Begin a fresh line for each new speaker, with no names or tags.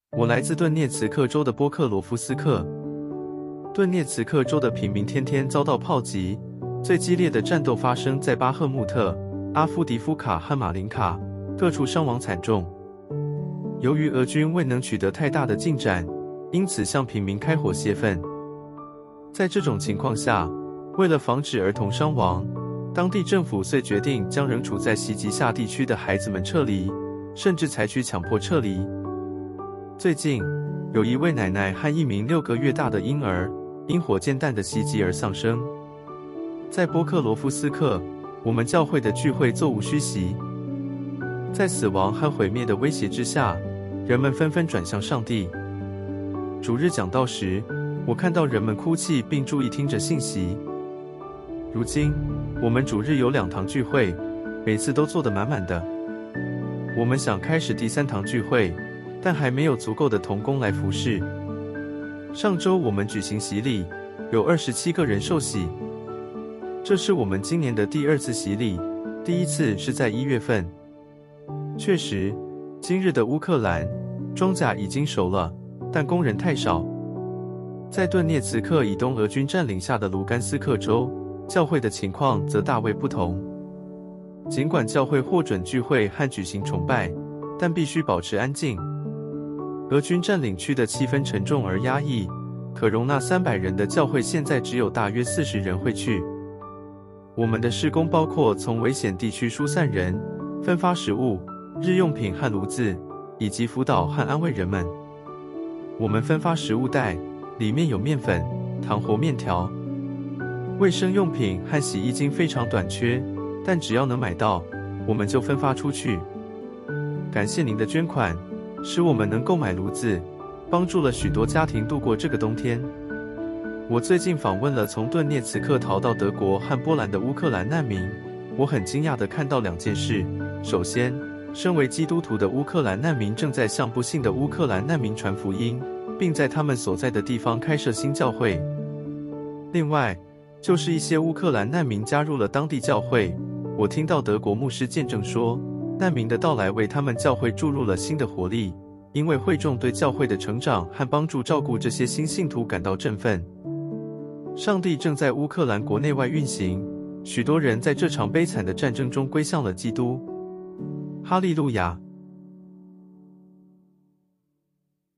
我来自顿涅茨克州的波克罗夫斯克。顿涅茨克州的平民天天遭到炮击，最激烈的战斗发生在巴赫穆特、阿夫迪夫卡和马林卡，各处伤亡惨重。由于俄军未能取得太大的进展，因此向平民开火泄愤。在这种情况下，为了防止儿童伤亡，当地政府遂决定将仍处在袭击下地区的孩子们撤离，甚至采取强迫撤离。最近，有一位奶奶和一名6个月大的婴儿因火箭弹的袭击而丧生。在波克罗夫斯克，我们教会的聚会座无虚席。在死亡和毁灭的威胁之下，人们纷纷转向上帝。主日讲道时，我看到人们哭泣并注意听着信息。如今，我们主日有2堂聚会，每次都坐得满满的。我们想开始第3堂聚会，但还没有足够的同工来服侍。上周我们举行洗礼，有27个人受洗。这是我们今年的第2次洗礼，第一次是在1月份。确实，今日的乌克兰庄稼已经熟了，但工人太少。在顿涅茨克以东俄军占领下的卢甘斯克州，教会的情况则大为不同。尽管教会获准聚会和举行崇拜，但必须保持安静。俄军占领区的气氛沉重而压抑，可容纳300人的教会现在只有大约40人会去。我们的事工包括从危险地区疏散人、分发食物、日用品和炉子，以及辅导和安慰人们。我们分发食物袋，里面有面粉、糖或面条。卫生用品和洗衣精非常短缺，但只要能买到，我们就分发出去。感谢您的捐款，使我们能购买炉子，帮助了许多家庭度过这个冬天。我最近访问了从顿涅茨克逃到德国和波兰的乌克兰难民，我很惊讶地看到2件事。首先，身为基督徒的乌克兰难民正在向不幸的乌克兰难民传福音，并在他们所在的地方开设新教会。另外，就是一些乌克兰难民加入了当地教会。我听到德国牧师见证说，难民的到来为他们教会注入了新的活力，因为会众对教会的成长和帮助照顾这些新信徒感到振奋。上帝正在乌克兰国内外运行，许多人在这场悲惨的战争中归向了基督。哈利路亚！